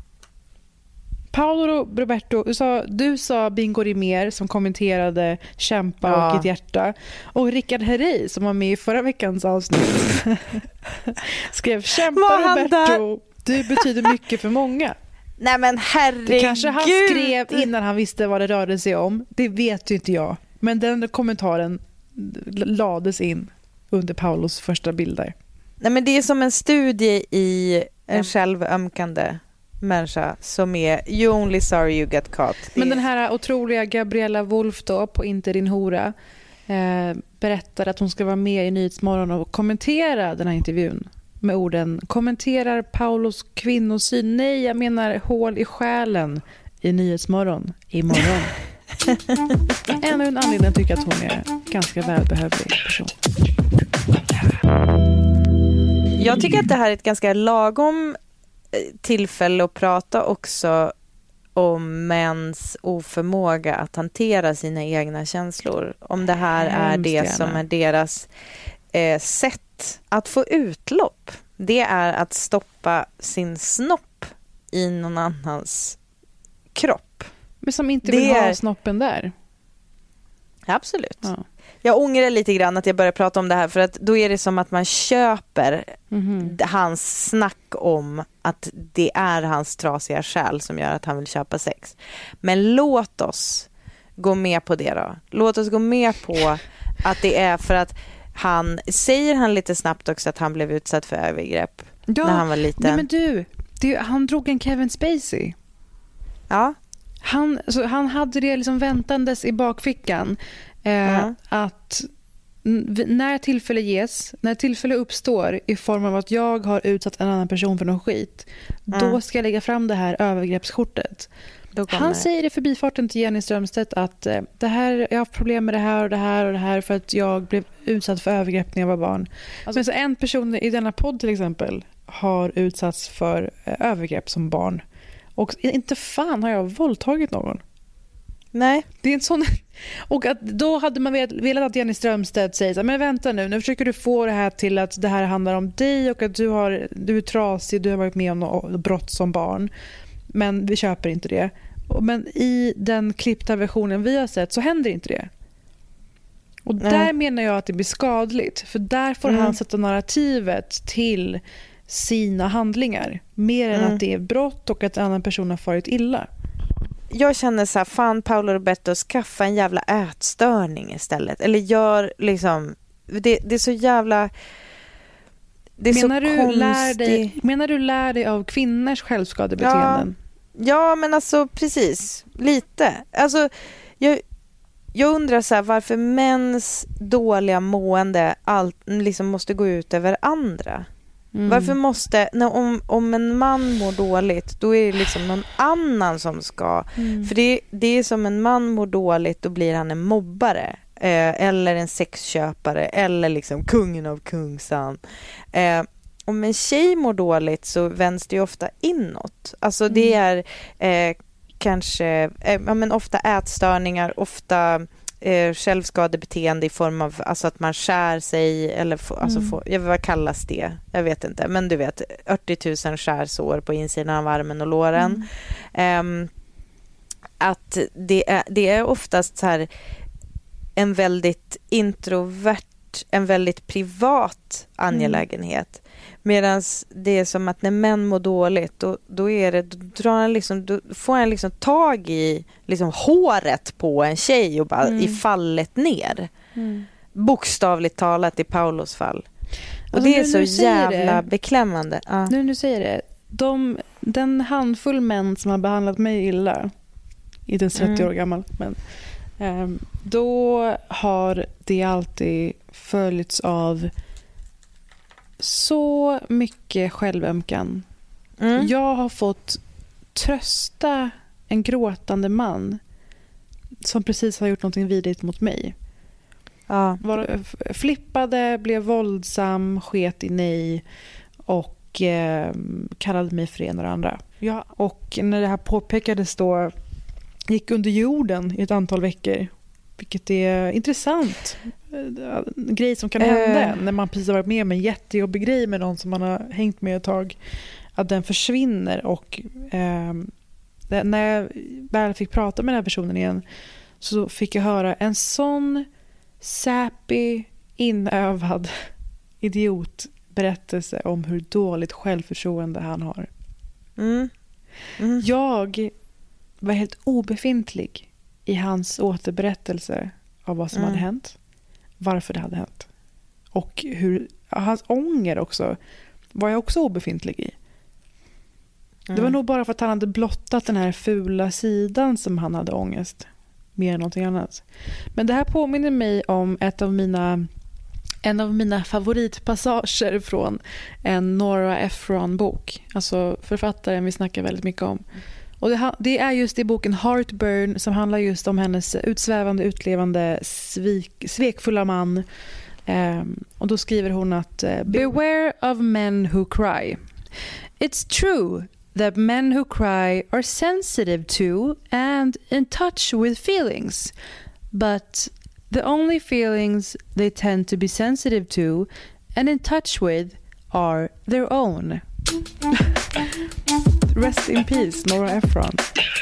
Speaker 4: Paolo Roberto, du sa Bingo Rimér som kommenterade Kämpa och ett hjärta. Och Rickard Herrey som var med i förra veckans avsnitt skrev Kämpa Roberto, du betyder mycket för många.
Speaker 3: Nej men herregud.
Speaker 4: Det kanske han skrev innan han visste vad det rörde sig om. Det vet ju inte jag. Men den kommentaren lades in under Paulos första bilder.
Speaker 3: Nej men det är som en studie i en självömkande människa som är you only sorry you get caught.
Speaker 4: Men den här otroliga Gabriella Wolf då på Inte din hora berättar att hon ska vara med i Nyhetsmorgon och kommentera den här intervjun med orden kommenterar Paulos kvinnosyn. Nej, jag menar hål i själen i Nyhetsmorgon imorgon. Ännu en anledning att tycka att hon är ganska välbehövlig person.
Speaker 3: Jag tycker att det här är ett ganska lagom tillfälle att prata också om mäns oförmåga att hantera sina egna känslor. Om det här är det som är deras sätt att få utlopp. Det är att stoppa sin snopp i någon annans kropp.
Speaker 4: Men som inte vill ha snoppen där.
Speaker 3: Absolut. Ja. Jag ångrar lite grann att jag börjar prata om det här för att då är det som att man köper hans snack om att det är hans trasiga själ som gör att han vill köpa sex. Men låt oss gå med på det då. Låt oss gå med på att det är för att säger han lite snabbt också att han blev utsatt för övergrepp när han var liten.
Speaker 4: Nej, men han drog en Kevin Spacey.
Speaker 3: Ja.
Speaker 4: Han hade det liksom väntandes i bakfickan att när tillfälle uppstår i form av att jag har utsatt en annan person för någon skit, då ska jag lägga fram det här övergreppskortet. Han säger i förbifarten till Jenny Strömstedt att jag har haft problem med det här och det här och det här för att jag blev utsatt för övergrepp när jag var barn. Alltså, men så en person i denna podd till exempel har utsatts för övergrepp som barn. Och inte fan har jag våldtagit någon.
Speaker 3: Nej. Det är en sån...
Speaker 4: Och att då hade man velat att Jenny Strömstedt säger så här, men vänta nu försöker du få det här till att det här handlar om dig och att du är trasig, du har varit med om något brott som barn. Men vi köper inte det. Men i den klippta versionen vi har sett så händer inte det. Och där menar jag att det blir skadligt. För där får han sätta narrativet till sina handlingar. Mer än att det är brott och att en annan person har farit illa.
Speaker 3: Jag känner så här, fan Paolo Roberto, skaffa en jävla ätstörning istället. Eller gör liksom, det är så jävla... Det är
Speaker 4: Menar du lär dig av kvinnors självskadebeteenden?
Speaker 3: Ja, men alltså precis. Lite. Alltså, jag undrar så här, varför mäns dåliga mående liksom måste gå ut över andra. Varför måste... Om en man mår dåligt, då är det liksom någon annan som ska... För det är som en man mår dåligt, då blir han en mobbare. Eller en sexköpare. Eller liksom kungen av Kungsan. Om en tjej mår dåligt så vänds det ju ofta inåt. Alltså det är kanske ofta ätstörningar, ofta självskadebeteende i form av alltså att man skär sig eller vad kallas det? Jag vet inte, men du vet 80 000 skärsår på insidan av armen och låren. Att det är oftast så här en väldigt introvert, en väldigt privat angelägenhet. Medan det är som att när män mår dåligt då får han liksom tag i liksom håret på en tjej och bara i fallet ner. Bokstavligt talat i Paulos fall. Och
Speaker 4: alltså,
Speaker 3: det är så jävla beklämmande. Ja.
Speaker 4: Nu du säger det. Den handfull män som har behandlat mig illa, inte ens 30 år gammal, men Då har det alltid följts av så mycket självömkan. Jag har fått trösta en gråtande man som precis har gjort någonting vidrigt mot mig. Flippade, blev våldsam, sket i nej och kallade mig för en och andra. Ja, och när det här påpekades då gick under jorden i ett antal veckor, vilket är intressant. En grej som kan hända när man precis har varit med om en jättejobbig grej med någon som man har hängt med ett tag, att den försvinner. Och när jag väl fick prata med den här personen igen så fick jag höra en sån sappy, inövad idiotberättelse om hur dåligt självförtroende han har. Jag var helt obefintlig i hans återberättelse av vad som hade hänt, varför det hade hänt och hur hans ånger också var jag också obefintlig i. Det var nog bara för att han hade blottat den här fula sidan som han hade ångest mer än någonting annat. Men det här påminner mig om en av mina favoritpassager från en Nora Ephron-bok. Alltså författaren vi snackar väldigt mycket om. Och det är just i boken Heartburn som handlar just om hennes utsvävande, utlevande, svekfulla man. Och då skriver hon att beware of men who cry. It's true that men who cry are sensitive to and in touch with feelings. But the only feelings they tend to be sensitive to and in touch with are their own. Rest in peace, Nora Ephron.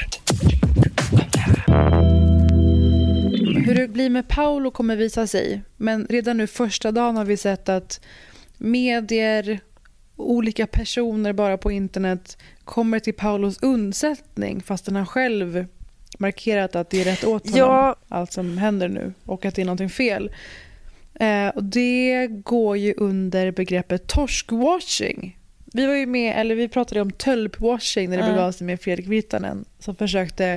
Speaker 4: Hur det blir med Paolo kommer visa sig. Men redan nu första dagen har vi sett att medier, olika personer bara på internet kommer till Paulos undsättning fastän han själv markerat att det är rätt åt honom, allt som händer nu, och att det är någonting fel. Och det går ju under begreppet torskwashing. Vi var ju med, eller vi pratade om tölpwashing när det begav sig med Fredrik Virtanen som försökte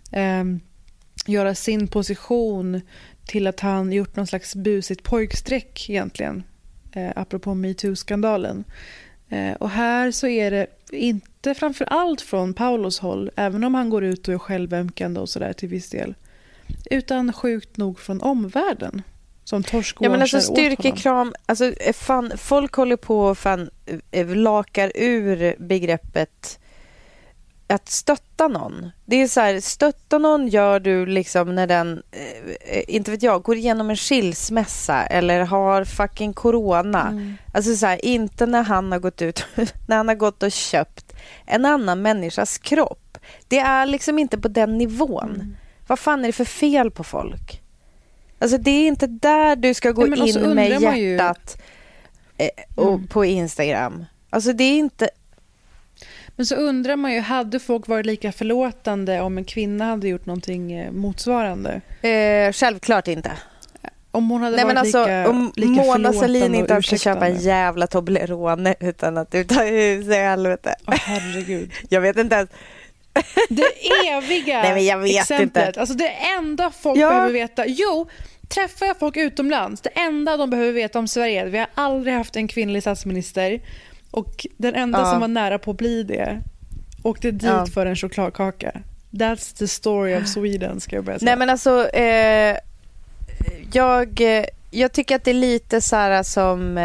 Speaker 4: göra sin position till att han gjort någon slags busigt pojksträck egentligen, apropå MeToo-skandalen. Och här så är det inte framför allt från Paulos håll, även om han går ut och är självömkande och sådär till viss del, utan sjukt nog från omvärlden som torskvashar
Speaker 3: men alltså
Speaker 4: åt
Speaker 3: styrkekram, alltså folk håller på och lakar ur begreppet att stötta någon. Det är så här, stötta någon gör du liksom när den inte vet jag, går igenom en skilsmässa eller har fucking corona. Alltså så här, inte när han har gått ut när han har gått och köpt en annan människas kropp. Det är liksom inte på den nivån. Vad fan är det för fel på folk? Alltså det är inte där du ska gå in med hjärtat och på Instagram. Alltså det är inte.
Speaker 4: Men så undrar man ju, hade folk varit lika förlåtande om en kvinna hade gjort någonting motsvarande?
Speaker 3: Självklart inte.
Speaker 4: Om hon hade varit lika
Speaker 3: om Mona Sahlin inte ska köpa en jävla Toblerone utan att du tar hus i helvete.
Speaker 4: Herregud.
Speaker 3: Jag vet inte ens.
Speaker 4: Det eviga
Speaker 3: Nej, men jag vet
Speaker 4: exemplet.
Speaker 3: inte.
Speaker 4: Alltså det enda folk behöver veta. Träffar jag folk utomlands, det enda de behöver veta om Sverige är att vi har aldrig haft en kvinnlig statsminister. Och den enda som var nära på att bli det åkte dit för en chokladkaka. That's the story of Sweden, ska jag börja säga.
Speaker 3: Nej men alltså jag tycker att det är lite så här som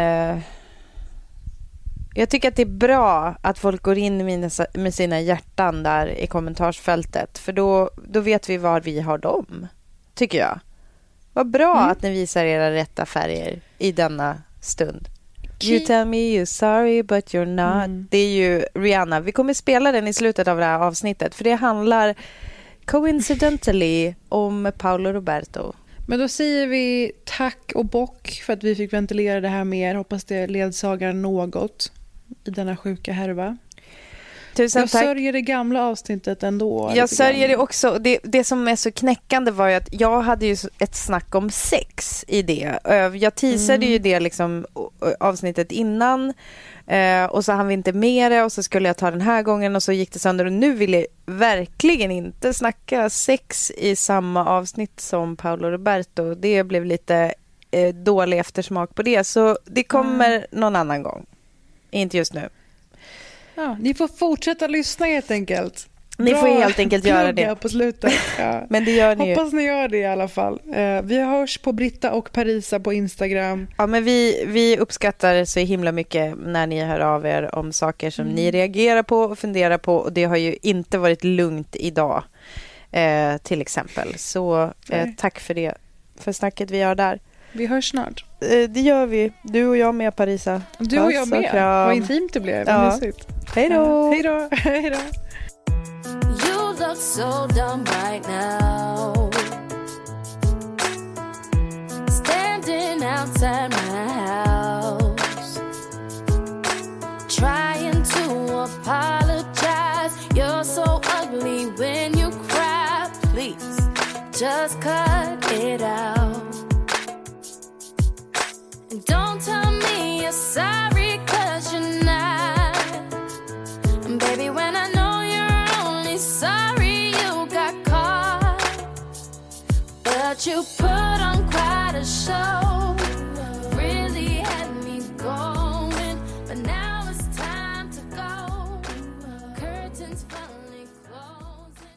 Speaker 3: jag tycker att det är bra att folk går in med sina hjärtan där i kommentarsfältet, för då vet vi var vi har dem, tycker jag. Vad bra att ni visar era rätta färger i denna stund. You tell me you're sorry but you're not. Det är ju Rihanna. Vi kommer spela den i slutet av det här avsnittet, för det handlar coincidentally om Paolo Roberto.
Speaker 4: Men då säger vi tack och bock för att vi fick ventilera det här mer. Hoppas det ledsagar något i denna sjuka härva.
Speaker 3: Tusen
Speaker 4: jag
Speaker 3: tack.
Speaker 4: sörjer det gamla avsnittet ändå.
Speaker 3: Jag sörjer det också. Det som är så knäckande var ju att jag hade ju ett snack om sex i det. Jag teasade ju det liksom avsnittet innan. Och så hann vi inte med det. Och så skulle jag ta den här gången. Och så gick det sönder. Och nu vill jag verkligen inte snacka sex i samma avsnitt som Paolo Roberto. Det blev lite dålig eftersmak på det. Så det kommer någon annan gång. Inte just nu.
Speaker 4: Ja, ni får fortsätta lyssna helt enkelt.
Speaker 3: Ni får helt enkelt göra det
Speaker 4: på slutet. Ja.
Speaker 3: Men det gör ni.
Speaker 4: Hoppas ni gör det i alla fall. Vi hörs på Britta och Parisa på Instagram.
Speaker 3: Ja, men vi uppskattar så himla mycket när ni hör av er om saker som ni reagerar på och funderar på. Och det har ju inte varit lugnt idag till exempel. Så tack för det. För snacket vi har där.
Speaker 4: Vi hörs snart.
Speaker 3: Det gör vi. Du och jag med, Parisa.
Speaker 4: Du och jag med. Vad intimt det blev.
Speaker 3: Ja.
Speaker 4: Hej då.
Speaker 3: Hej då.
Speaker 4: Hej då.
Speaker 7: You look so dumb right now. Standing outside my house, trying to apologize. You're so ugly when you cry. Please, just cut it out. And don't tell me you're sorry, 'cause you're not. And baby, when I know you're only sorry you got caught. But you put on quite a show, really had me going. But now it's time to go. Curtains finally closing.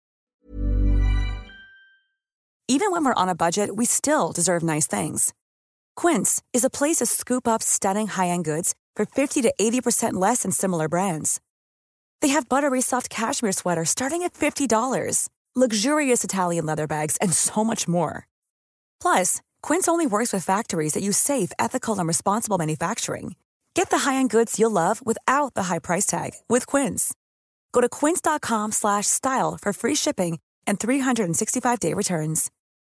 Speaker 8: Even when we're on a budget, we still deserve nice things. Quince is a place to scoop up stunning high-end goods for 50 to 80% less than similar brands. They have buttery soft cashmere sweaters starting at $50, luxurious Italian leather bags, and so much more. Plus, Quince only works with factories that use safe, ethical, and responsible manufacturing. Get the high-end goods you'll love without the high price tag with Quince. Go to quince.com/style for free shipping and 365-day returns.